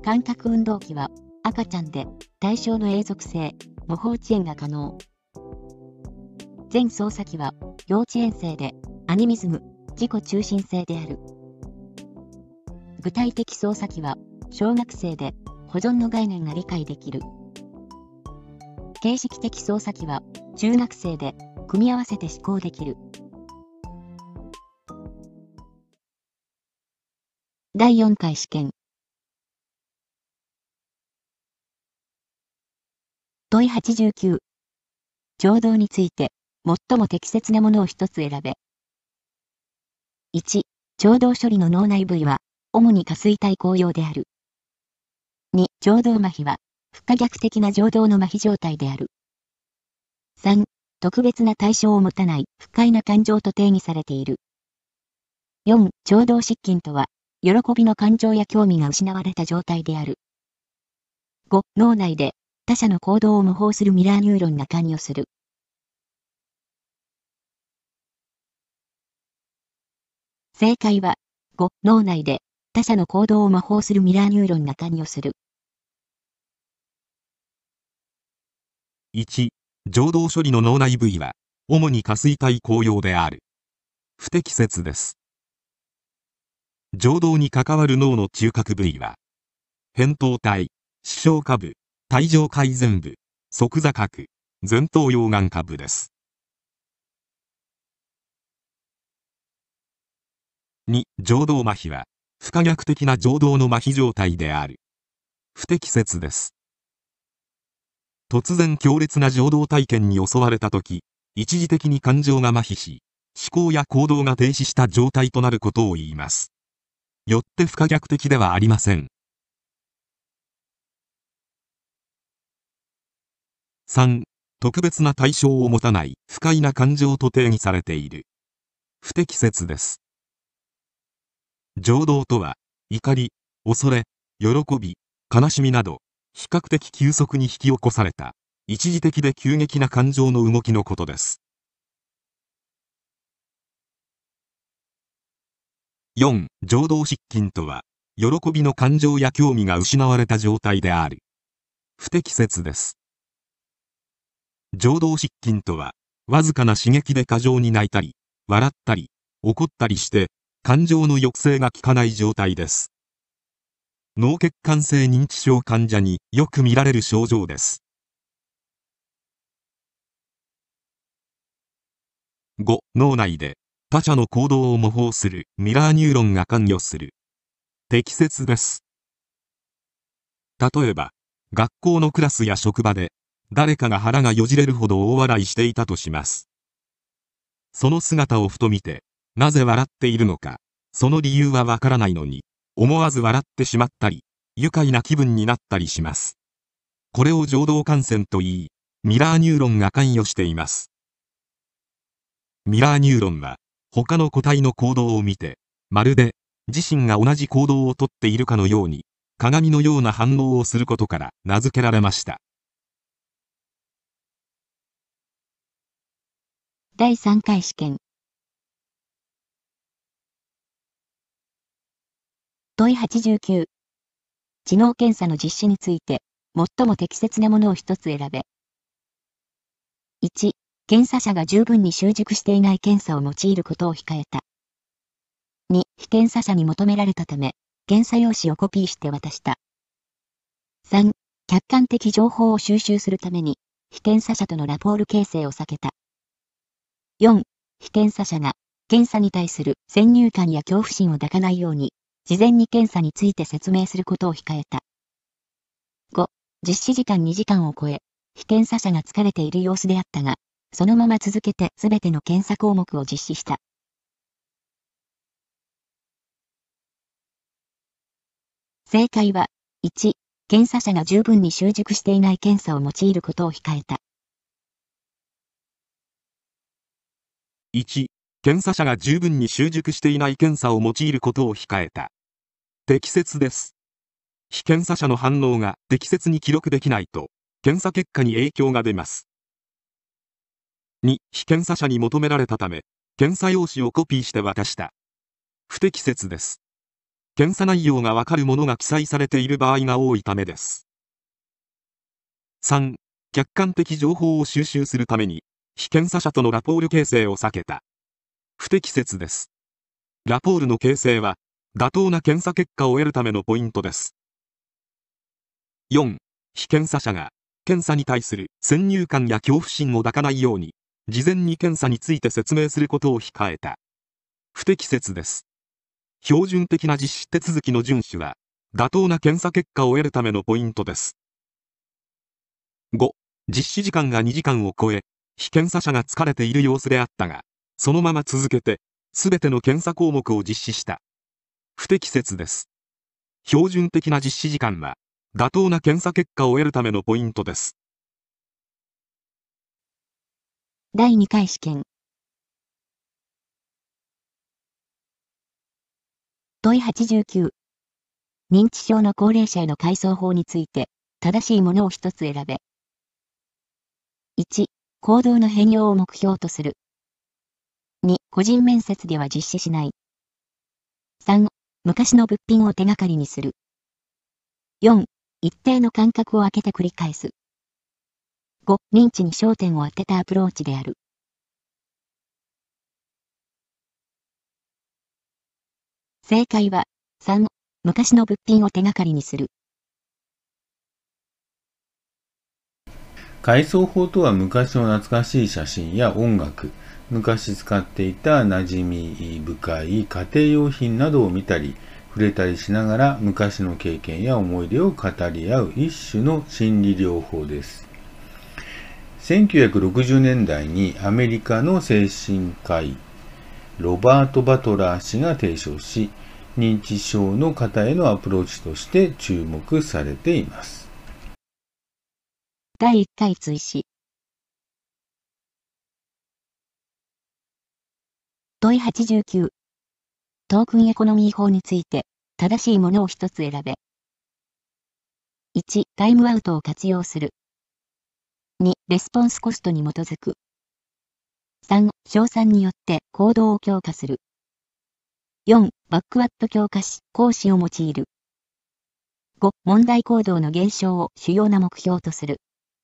感覚運動器は赤ちゃんで対象の永続性、無法遅延が可能。全操作器は幼稚園生でアニミズム、自己中心性である。具体的操作器は小学生で保存の概念が理解できる。形式的操作器は中学生で組み合わせて思考できる。第4回試験。問い89。情動について最も適切なものを一つ選べ。1、情動処理の脳内部位は主に下垂体高葉である。2、情動麻痺は不可逆的な情動の麻痺状態である。3、特別な対象を持たない不快な感情と定義されている。4、情動失禁とは喜びの感情や興味が失われた状態である。5、脳内で他者の行動を模倣するミラーニューロンが関与する。正解は5、脳内で他者の行動を模倣するミラーニューロンが関与する。 1、情動処理の脳内部位は主に下垂体高葉である。不適切です。情動に関わる脳の中核部位は扁桃体、視床下部、帯状回前部、側坐核、前頭葉眼下部です。2、情動麻痺は不可逆的な情動の麻痺状態である。不適切です。突然強烈な情動体験に襲われたとき、一時的に感情が麻痺し、思考や行動が停止した状態となることを言います。よって不可逆的ではありません。3、特別な対象を持たない不快な感情と定義されている。不適切です。情動とは、怒り、恐れ、喜び、悲しみなど、比較的急速に引き起こされた、一時的で急激な感情の動きのことです。4、情動失禁とは、喜びの感情や興味が失われた状態である。不適切です。情動失禁とは、わずかな刺激で過剰に泣いたり、笑ったり、怒ったりして、感情の抑制が効かない状態です。脳血管性認知症患者によく見られる症状です。5、脳内で他者の行動を模倣するミラーニューロンが関与する。適切です。例えば、学校のクラスや職場で、誰かが腹がよじれるほど大笑いしていたとします。その姿をふと見て、なぜ笑っているのか、その理由はわからないのに、思わず笑ってしまったり、愉快な気分になったりします。これを情動感染と言い、ミラーニューロンが関与しています。ミラーニューロンは、他の個体の行動を見て、まるで自身が同じ行動をとっているかのように、鏡のような反応をすることから名付けられました。 第3回試験。問い89。知能検査の実施について、最も適切なものを一つ選べ。1、検査者が十分に習熟していない検査を用いることを控えた。2、被検査者に求められたため、検査用紙をコピーして渡した。3、客観的情報を収集するために、被検査者とのラポール形成を避けた。4、被検査者が、検査に対する先入観や恐怖心を抱かないように、事前に検査について説明することを控えた。5、実施時間2時間を超え、被検査者が疲れている様子であったが、そのまま続けてすべての検査項目を実施した。正解は、1、検査者が十分に習熟していない検査を用いることを控えた。 1、検査者が十分に習熟していない検査を用いることを控えた。適切です。被検査者の反応が適切に記録できないと、検査結果に影響が出ます。2、被検査者に求められたため、検査用紙をコピーして渡した。不適切です。 検査内容がわかるものが記載されている場合が多いためです。3、客観的情報を収集するために、被検査者とのラポール形成を避けた。不適切です。ラポールの形成は、妥当な検査結果を得るためのポイントです。4、被検査者が、検査に対する先入観や恐怖心を抱かないように、事前に検査について説明することを控えた。不適切です。標準的な実施手続きの遵守は、妥当な検査結果を得るためのポイントです。5、実施時間が2時間を超え、被検査者が疲れている様子であったが、そのまま続けて、すべての検査項目を実施した。不適切です。標準的な実施時間は、妥当な検査結果を得るためのポイントです。 第2回試験。問い89。認知症の高齢者への階層法について、正しいものを一つ選べ。1、行動の変容を目標とする。2、個人面接では実施しない。3、昔の物品を手がかりにする。4、一定の間隔を空けて繰り返す。5、認知に焦点を当てたアプローチである。正解は、3、昔の物品を手がかりにする。 階層法とは昔の懐かしい写真や音楽、昔使っていた馴染み深い家庭用品などを見たり、触れたりしながら昔の経験や思い出を語り合う一種の心理療法です。1960年代にアメリカの精神科医、ロバート・バトラー氏が提唱し、認知症の方へのアプローチとして注目されています。 第1回追試。問い89。トークンエコノミー法について、正しいものを一つ選べ。1、タイムアウトを活用する。2、レスポンスコストに基づく。3、賞賛によって行動を強化する。4、バックアップ強化し、講師を用いる。5、問題行動の減少を主要な目標とする。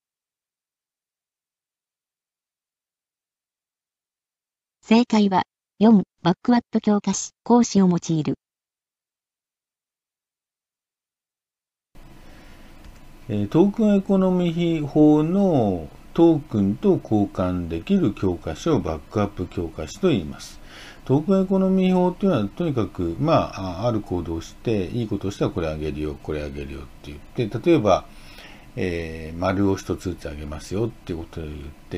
正解は、4、バックアップ強化し、講師を用いる。 トークンエコノミー法のトークンと交換できる教科書をバックアップ教科書と言います。トークンエコノミー法というのはとにかく、ある行動をして、いいことをしたらこれあげるよ、これあげるよって言って、例えば、丸を一つずつあげますよっていうことを言って、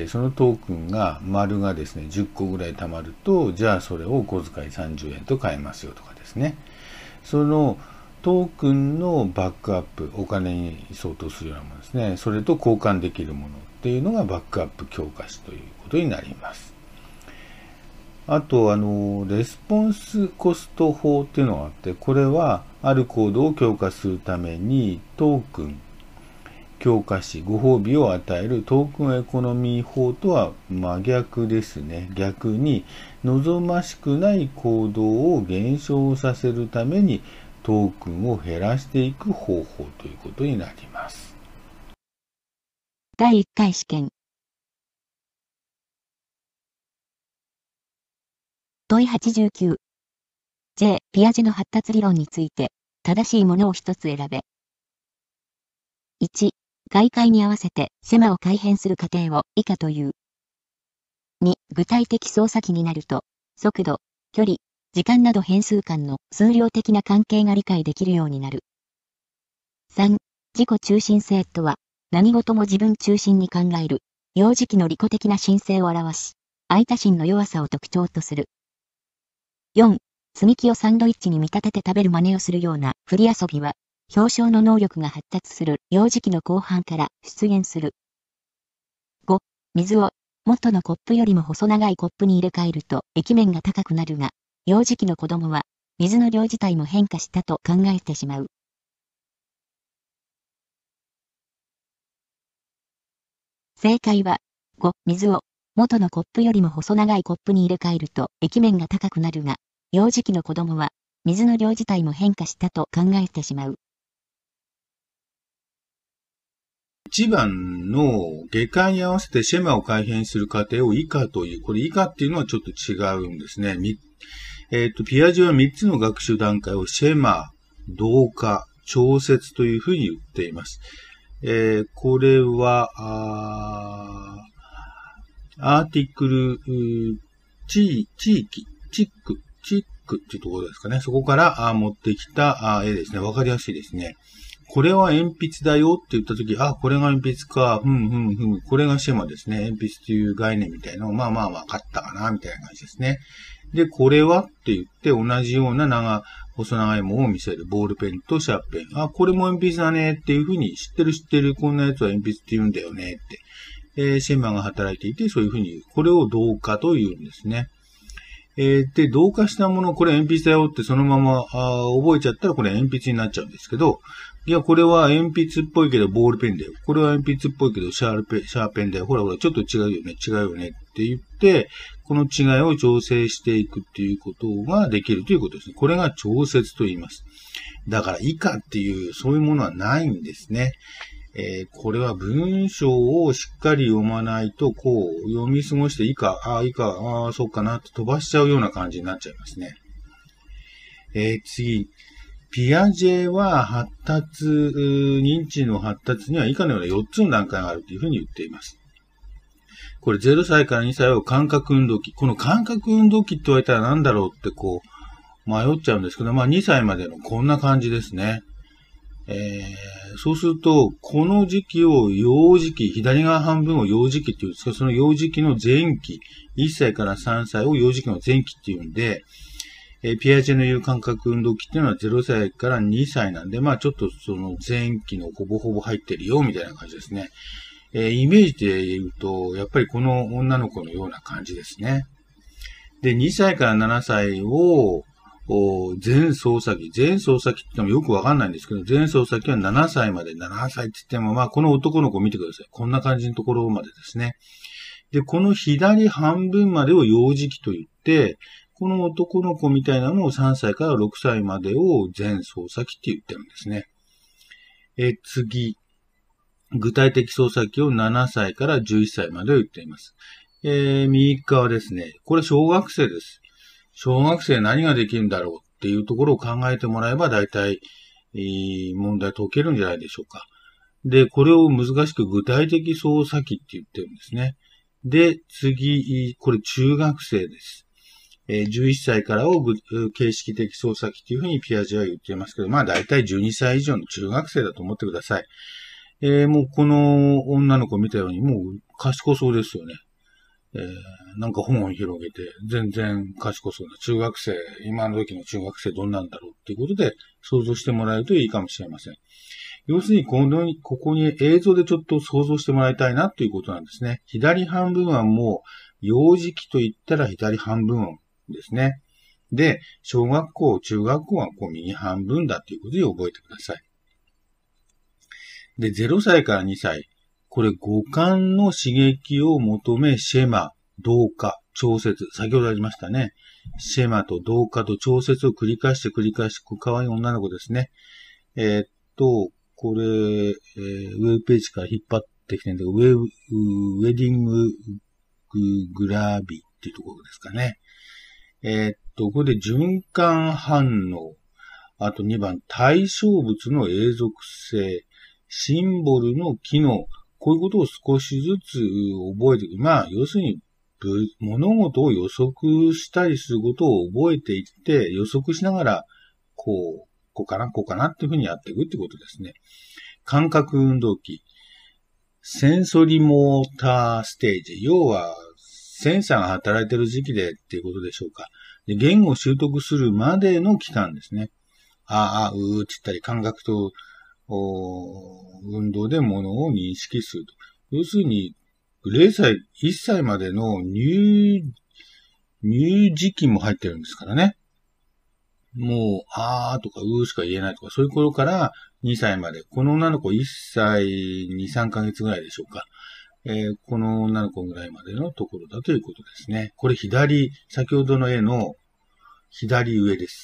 そのトークンが、丸がですね、10個ぐらい貯まると、じゃあそれをお小遣い30円と買えますよとかですね。そのトークンのバックアップ、お金に相当するようなものですね。それと交換できるものっていうのがバックアップ強化詞ということになります。あと、レスポンスコスト法っていうのがあって、これはある行動を強化するためにトークン、強化詞、ご褒美を与えるトークンエコノミー法とは真逆ですね。逆に望ましくない行動を減少させるためにトークンを減らしていく方法ということになります。 第1回試験。問い89。J. ピアジェの発達理論について、正しいものを一つ選べ。1、外界に合わせてシェマを改変する過程を以下という。2、具体的操作機になると、速度、距離、時間など変数間の数量的な関係が理解できるようになる。3、自己中心性とは、何事も自分中心に考える、幼児期の利己的な心性を表し、愛他心の弱さを特徴とする。4、積み木をサンドイッチに見立てて食べる真似をするような振り遊びは、表彰の能力が発達する幼児期の後半から出現する。5、水を元のコップよりも細長いコップに入れ替えると液面が高くなるが、幼児期の子供は水の量自体も変化したと考えてしまう。正解は、5、水を元のコップよりも細長いコップに入れ替えると液面が高くなるが、幼児期の子供は水の量自体も変化したと考えてしまう。 1番の下界に合わせてシェマを改変する過程を以下という、これ以下っていうのはちょっと違うんですね。ピアジェは3つの学習段階をシェマ、同化、調節というふうに言っています。これは、アーティクル、地域、チックっていうところですかね。そこから持ってきた絵ですね。わかりやすいですね。これは鉛筆だよって言ったとき、これが鉛筆か、これがシェマですね。鉛筆という概念みたいなのを、わかったかな、みたいな感じですね。で、これはって言って、同じような細長いものを見せる。ボールペンとシャーペン。これも鉛筆だねっていうふうに、知ってる、こんなやつは鉛筆って言うんだよねって。シェマが働いていて、そういうふうに言う。これを同化と言うんですね。で、同化したもの、これ鉛筆だよってそのまま覚えちゃったらこれ鉛筆になっちゃうんですけど、いや、これは鉛筆っぽいけどボールペンだよ。これは鉛筆っぽいけどシャーペンだよ。ほら、ちょっと違うよねって言って、この違いを調整していくっていうことができるということですね。これが調節と言います。だから以下っていう、そういうものはないんですね。これは文章をしっかり読まないと、読み過ごして以下、そうかなって飛ばしちゃうような感じになっちゃいますね。次。ピアジェは認知の発達には以下のような4つの段階があるというふうに言っています。これ0歳から2歳は感覚運動期。この感覚運動期って言われたら何だろうって迷っちゃうんですけど、2歳までのこんな感じですね。そうすると、この時期を幼児期、左側半分を幼児期っていうんですか、その幼児期の前期、1歳から3歳を幼児期の前期っていうんで、ピアジェの言う感覚運動期っていうのは0歳から2歳なんで、ちょっとその前期のほぼほぼ入ってるよ、みたいな感じですね。イメージで言うと、やっぱりこの女の子のような感じですね。で、2歳から7歳を、前操作期って言ってもよくわかんないんですけど、前操作期は7歳まで、7歳って言っても、この男の子見てください。こんな感じのところまでですね。で、この左半分までを幼児期と言って、この男の子みたいなのを3歳から6歳までを前操作期って言ってるんですね。次。具体的操作期を7歳から11歳までを言っています。右側ですね。これ小学生です。小学生何ができるんだろうっていうところを考えてもらえば大体、問題解けるんじゃないでしょうか。で、これを難しく具体的操作期って言ってるんですね。で、次、これ中学生です。11歳からを形式的操作期というふうにピアジェは言っていますけど、大体12歳以上の中学生だと思ってください。もうこの女の子見たようにもう賢そうですよね。なんか本を広げて、全然賢そうな中学生、今の時の中学生どんなんだろうっていうことで想像してもらえるといいかもしれません。要するにここに映像でちょっと想像してもらいたいなということなんですね。左半分はもう幼児期と言ったら左半分ですね。で、小学校、中学校は右半分だということで覚えてください。で、0歳から2歳。これ五感の刺激を求め、シェマ、同化、調節。先ほどありましたね。シェマと同化と調節を繰り返して可愛い女の子ですね。これ、ウェブページから引っ張ってきてるんだけど、ウェディンググラビっていうところですかね。ここで循環反応。あと2番、対象物の永続性。シンボルの機能。こういうことを少しずつ覚えていく。要するに、物事を予測したりすることを覚えていって、予測しながら、こうかなっていうふうにやっていくってことですね。感覚運動器。センソリモーターステージ。要は、センサーが働いている時期でっていうことでしょうか。で、言語を習得するまでの期間ですね。って言ったり、感覚と、運動で物を認識すると。要するに、1歳までの乳児期も入ってるんですからね。もう、とかしか言えないとか、そういう頃から2歳まで。この女の子1歳2、3ヶ月ぐらいでしょうか。この女の子ぐらいまでのところだということですね。これ先ほどの絵の左上です。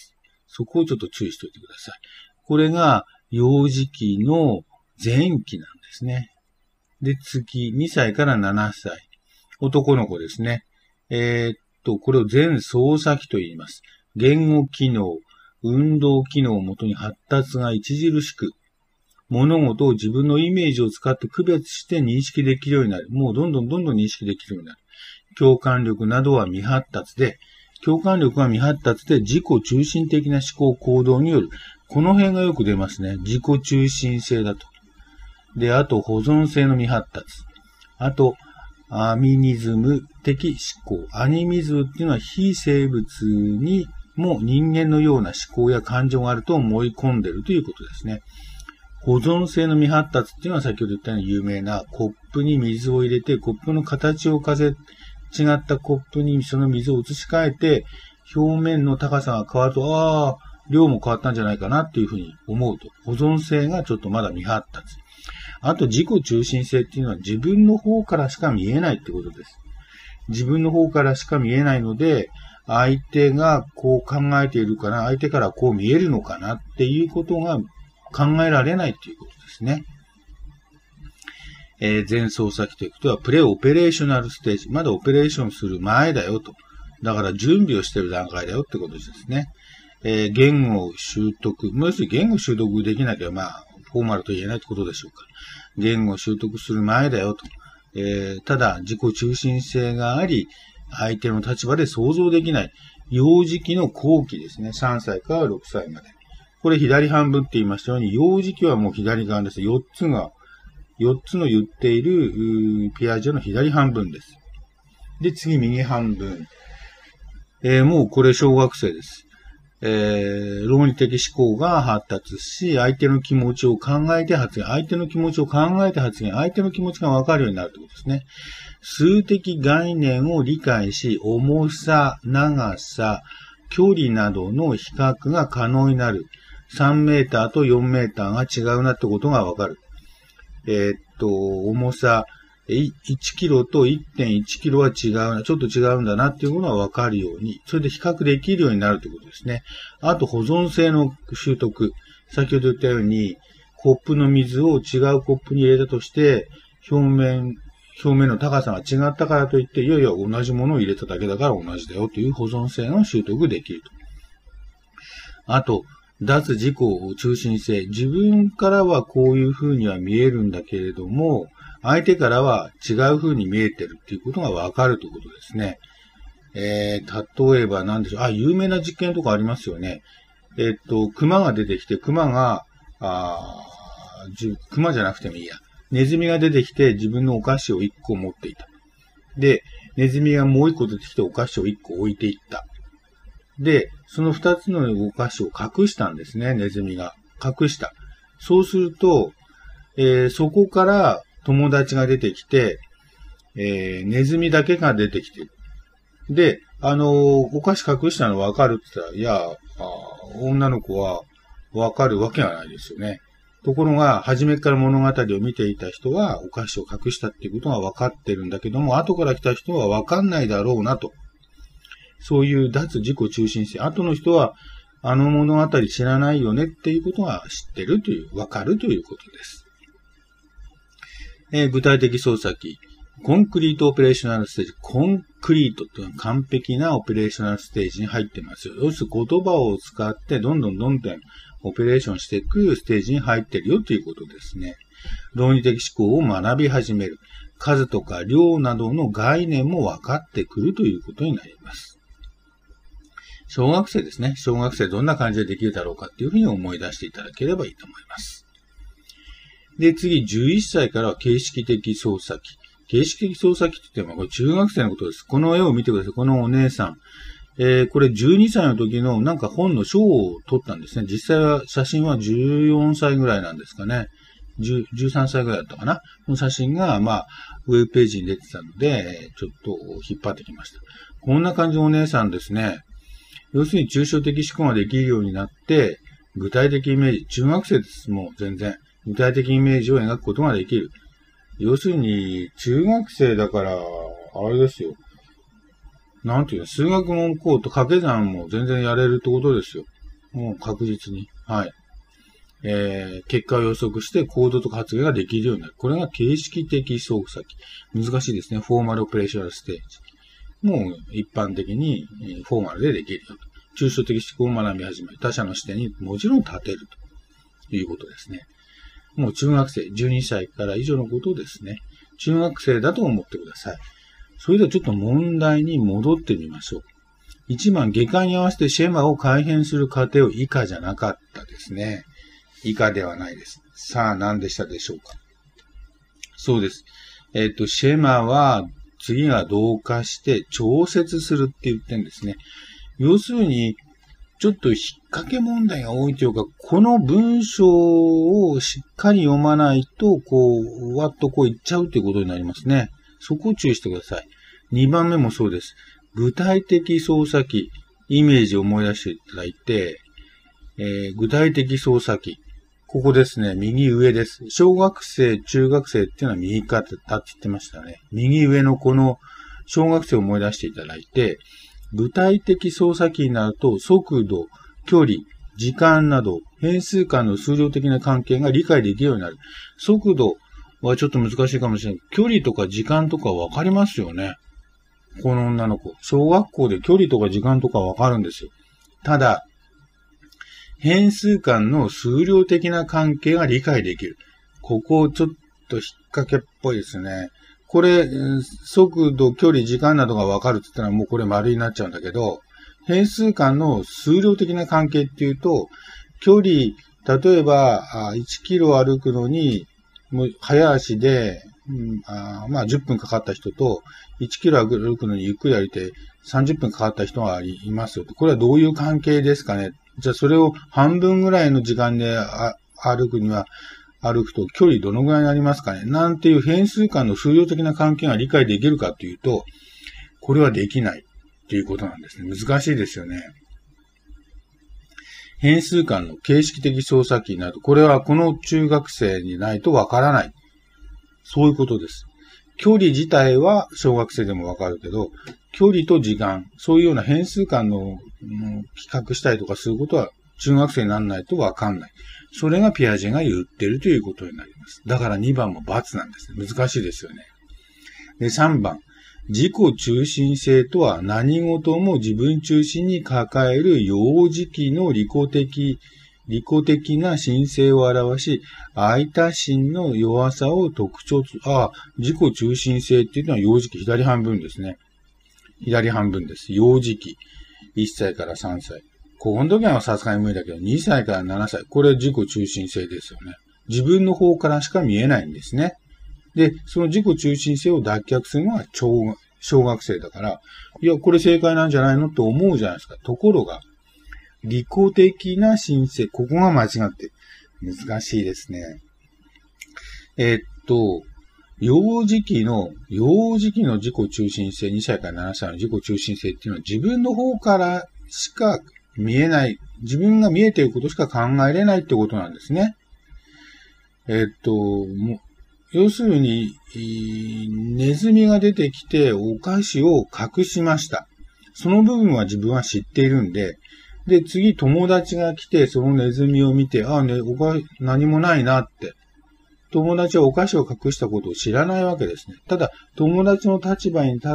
そこをちょっと注意しておいてください。これが幼児期の前期なんですね。で、次、2歳から7歳。男の子ですね。これを前操作期と言います。言語機能、運動機能をもとに発達が著しく、物事を自分のイメージを使って区別して認識できるようになる。もうどんどん認識できるようになる。共感力などは未発達で、共感力が未発達で自己中心的な思考行動による。この辺がよく出ますね。自己中心性だと。で、あと保存性の未発達。あと、アミニズム的思考。アニミズムっていうのは非生物にも人間のような思考や感情があると思い込んでいるということですね。保存性の未発達っていうのは先ほど言ったように有名なコップに水を入れてコップの形を違ったコップにその水を移し替えて表面の高さが変わると、量も変わったんじゃないかなっていうふうに思うと。保存性がちょっとまだ未発達。あと自己中心性っていうのは自分の方からしか見えないってことです。自分の方からしか見えないので、相手がこう考えているかな、相手からこう見えるのかなっていうことが考えられないということですね。前操作期ということはプレオペレーショナルステージ。まだオペレーションする前だよと。だから準備をしている段階だよってことですね。言語習得。もし言語習得できなきゃフォーマルと言えないってことでしょうか。言語習得する前だよと。ただ自己中心性があり、相手の立場で想像できない。幼児期の後期ですね。3歳から6歳まで。これ左半分って言いましたように、幼児期はもう左側です。4つの言っているピアジェの左半分です。で、次右半分。もうこれ小学生です。論理的思考が発達し、相手の気持ちを考えて発言、相手の気持ちを考えて発言、相手の気持ちがわかるようになるということですね。数的概念を理解し、重さ、長さ、距離などの比較が可能になる。3メーターと4メーターが違うなってことがわかる。重さ、1キロと 1.1 キロは違うな、ちょっと違うんだなっていうことがわかるように、それで比較できるようになるということですね。あと保存性の習得。先ほど言ったように、コップの水を違うコップに入れたとして、表面の高さが違ったからといって、いやいや同じものを入れただけだから同じだよという保存性の習得できると。あと、脱自己中心性。自分からはこういう風には見えるんだけれども、相手からは違う風に見えてるっていうことがわかるということですね。例えば何でしょう。有名な実験とかありますよね。熊が出てきて、熊じゃなくてもいいや。ネズミが出てきて自分のお菓子を1個持っていた。で、ネズミがもう1個出てきてお菓子を1個置いていった。で、その2つのお菓子を隠したんですね、ネズミが。隠した。そうすると、そこから友達が出てきて、ネズミだけが出てきてる。で、お菓子隠したの分かるって言ったら、いや、女の子は分かるわけがないですよね。ところが、初めから物語を見ていた人は、お菓子を隠したっていうことが分かってるんだけども、後から来た人は分かんないだろうなと。そういう脱自己中心性。後の人は、あの物語知らないよねっていうことが知ってるという、分かるということです。具体的操作期。コンクリートオペレーショナルステージ。コンクリートというのは完璧なオペレーショナルステージに入っていますよ。要するに言葉を使ってどんどんオペレーションしていくステージに入っているよということですね。論理的思考を学び始める。数とか量などの概念も分かってくるということになります。小学生ですね。小学生どんな感じでできるだろうかっていうふうに思い出していただければいいと思います。で、次、11歳からは形式的操作期。形式的操作期って言っても、これ中学生のことです。この絵を見てください。このお姉さん。これ12歳の時のなんか本の賞を取ったんですね。実際は写真は14歳ぐらいなんですかね。13歳ぐらいだったかな。この写真が、ウェブページに出てたので、ちょっと引っ張ってきました。こんな感じのお姉さんですね。要するに抽象的思考ができるようになって、具体的イメージ、中学生です。もう全然。具体的イメージを描くことができる。要するに、中学生だから、あれですよ。なんていうの、数学もこうと掛け算も全然やれるってことですよ。 もう確実に。はい。結果を予測して行動とか発言ができるようになる。これが形式的操作機。難しいですね。フォーマルオペレーショナルステージ。もう一般的にフォーマルでできるよと。抽象的思考を学び始め、他者の視点にもちろん立てるということですね。もう中学生、12歳から以上のことをですね、中学生だと思ってください。それではちょっと問題に戻ってみましょう。1番、下巻に合わせてシェマを改変する過程を以下じゃなかったですね。以下ではないです。さあ、何でしたでしょうか。そうです。シェマは、次が同化して調節するって言ってんですね。要するに、ちょっと引っ掛け問題が多いというか、この文章をしっかり読まないと、わっと言っちゃうということになりますね。そこを注意してください。2番目もそうです。具体的操作機、イメージを思い出していただいて、具体的操作機。ここですね。右上です。小学生、中学生っていうのは右肩って言ってましたね。右上のこの小学生を思い出していただいて、具体的操作機になると速度、距離、時間など変数間の数量的な関係が理解できるようになる。速度はちょっと難しいかもしれない。距離とか時間とかわかりますよね。この女の子。小学校で距離とか時間とかわかるんですよ。ただ、変数間の数量的な関係が理解できる。ここちょっと引っ掛けっぽいですね。これ、速度、距離、時間などがわかるって言ったらもうこれ丸になっちゃうんだけど、変数間の数量的な関係っていうと、距離、例えば1キロ歩くのに、早足で、10分かかった人と、1キロ歩くのにゆっくり歩いて30分かかった人がいますよ。これはどういう関係ですかね。じゃあそれを半分ぐらいの時間で歩くと距離どのぐらいになりますかね。なんていう変数間の数量的な関係が理解できるかというと、これはできないということなんですね。難しいですよね。変数間の形式的操作機など、これはこの中学生にないとわからない。そういうことです。距離自体は小学生でもわかるけど、距離と時間、そういうような変数間の比較したりとかすることは中学生にならないとわかんない。それがピアジェが言ってるということになります。だから2番も×なんです。難しいですよね。で、3番。自己中心性とは何事も自分中心に抱える幼児期の利己的な心性を表し、愛他心の弱さを特徴と、自己中心性っていうのは幼児期、左半分ですね。左半分です。幼児期。1歳から3歳。ここの時はさすがに無理だけど、2歳から7歳。これ自己中心性ですよね。自分の方からしか見えないんですね。で、その自己中心性を脱却するのは小学生だから、いや、これ正解なんじゃないのって思うじゃないですか。ところが、利己的な心性、ここが間違ってる。難しいですね。幼児期の自己中心性、2歳から7歳の自己中心性っていうのは自分の方からしか見えない、自分が見えていることしか考えれないってことなんですね。要するに、ネズミが出てきてお菓子を隠しました。その部分は自分は知っているんで、で、次友達が来てそのネズミを見て、何もないなって。友達はお菓子を隠したことを知らないわけですね。ただ、友達の立場に立って、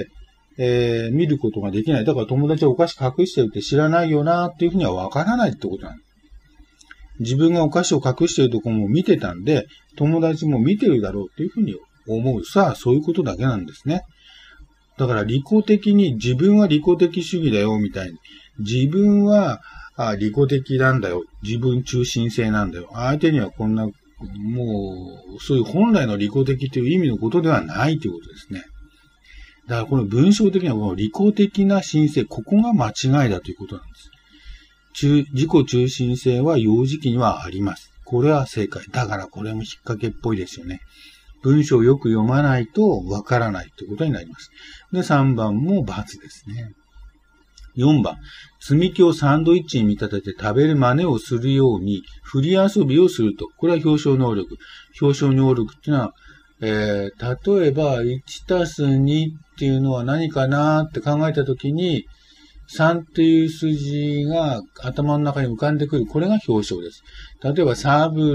見ることができない。だから友達はお菓子隠してるって知らないよなっていうふうにはわからないってことなんです。自分がお菓子を隠しているところも見てたんで、友達も見てるだろうっていうふうに思う。さあ、そういうことだけなんですね。だから利己的に、自分は利己的主義だよ、みたいに。自分は利己的なんだよ。自分中心性なんだよ。相手にはこんな、そういう本来の利己的という意味のことではないということですね。だからこの文章的にはこの利己的な心性、ここが間違いだということなんです。自己中心性は幼児期にはあります。これは正解。だからこれも引っ掛けっぽいですよね。文章をよく読まないとわからないということになります。で、3番も×ですね。4番、積み木をサンドイッチに見立てて食べる真似をするように振り遊びをすると。これは表彰能力。表彰能力っていうのは、例えば 1+2 っていうのは何かなって考えたときに、 3っていう数字が頭の中に浮かんでくる。これが表彰です。例えば、サブ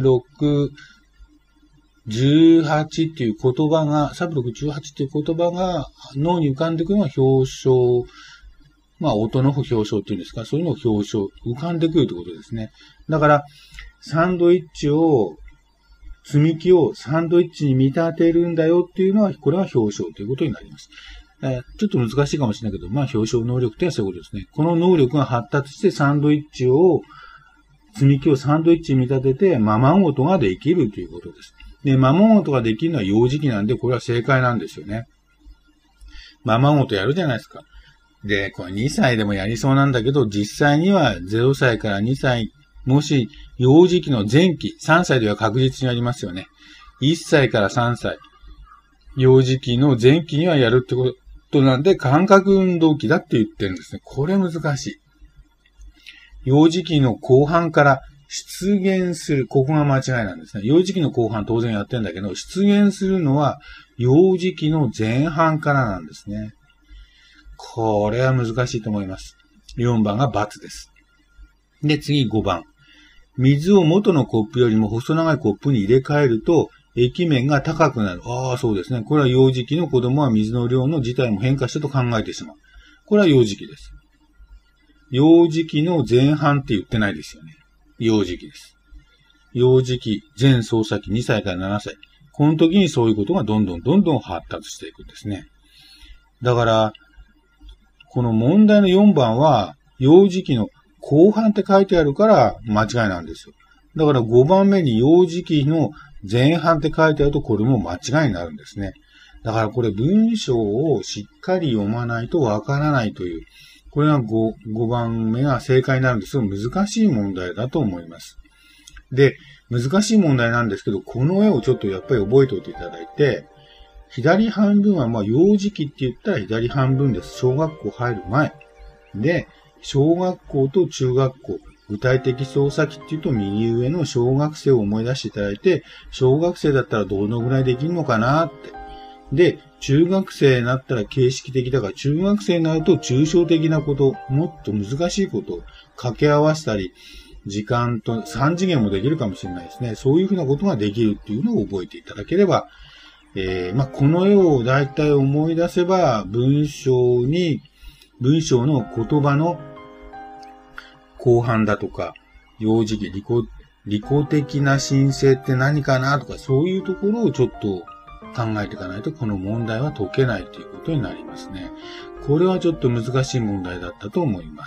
6、18っていう言葉が、サブ6、18っていう言葉が脳に浮かんでくるのが表彰。まあ、音の表彰っていうんですか、そういうのを表彰、浮かんでくるということですね。だから、サンドイッチを、積み木をサンドイッチに見立てるんだよっていうのは、これは表彰ということになります。ちょっと難しいかもしれないけど、まあ、表彰能力ってのはそういうことですね。この能力が発達してサンドイッチを、積み木をサンドイッチに見立てて、ままごとができるということです。で、ままごとができるのは幼児期なんで、これは正解なんですよね。ままごとやるじゃないですか。で、これ2歳でもやりそうなんだけど、実際には0歳から2歳、もし幼児期の前期、3歳では確実にやりますよね。1歳から3歳、幼児期の前期にはやるってことなんで、感覚運動期だって言ってるんですね。これ難しい。幼児期の後半から出現する、ここが間違いなんですね。幼児期の後半当然やってるんだけど、出現するのは幼児期の前半からなんですね。これは難しいと思います。4番が×です。で、次5番。水を元のコップよりも細長いコップに入れ替えると、液面が高くなる。ああ、そうですね。これは幼児期の子供は水の量の自体も変化したと考えてしまう。これは幼児期です。幼児期の前半って言ってないですよね。幼児期です。幼児期、前操作期2歳から7歳。この時にそういうことがどんどん発達していくんですね。だから、この問題の4番は、幼児期の後半って書いてあるから間違いなんですよ。だから5番目に幼児期の前半って書いてあるとこれも間違いになるんですね。だからこれ文章をしっかり読まないとわからないという、これが 5番目が正解になるんですが、難しい問題だと思います。で、難しい問題なんですけど、この絵をちょっとやっぱり覚えておいていただいて、左半分は幼児期って言ったら左半分です。小学校入る前。で、小学校と中学校。具体的操作期っていうと右上の小学生を思い出していただいて、小学生だったらどのぐらいできるのかなって。で、中学生になったら形式的だから、中学生になると抽象的なこと、もっと難しいことを掛け合わせたり、時間と3次元もできるかもしれないですね。そういうふうなことができるっていうのを覚えていただければ、この絵をだいたい思い出せば、文章の言葉の後半だとか、幼児期、利己的な申請って何かなとか、そういうところをちょっと考えていかないと、この問題は解けないということになりますね。これはちょっと難しい問題だったと思います。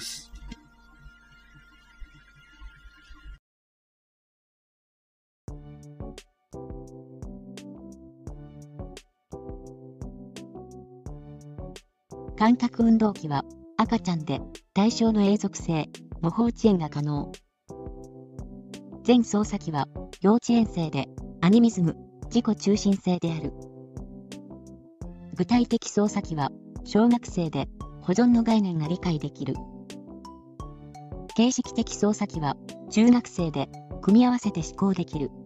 感覚運動器は赤ちゃんで対象の永続性、無放置園が可能。前操作期は幼稚園生でアニミズム、自己中心性である。具体的操作期は小学生で保存の概念が理解できる。形式的操作期は中学生で組み合わせて思考できる。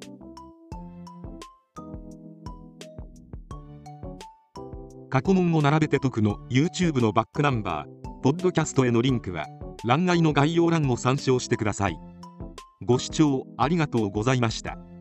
過去問を並べて解くの YouTube のバックナンバー、ポッドキャストへのリンクは欄外の概要欄を参照してください。ご視聴ありがとうございました。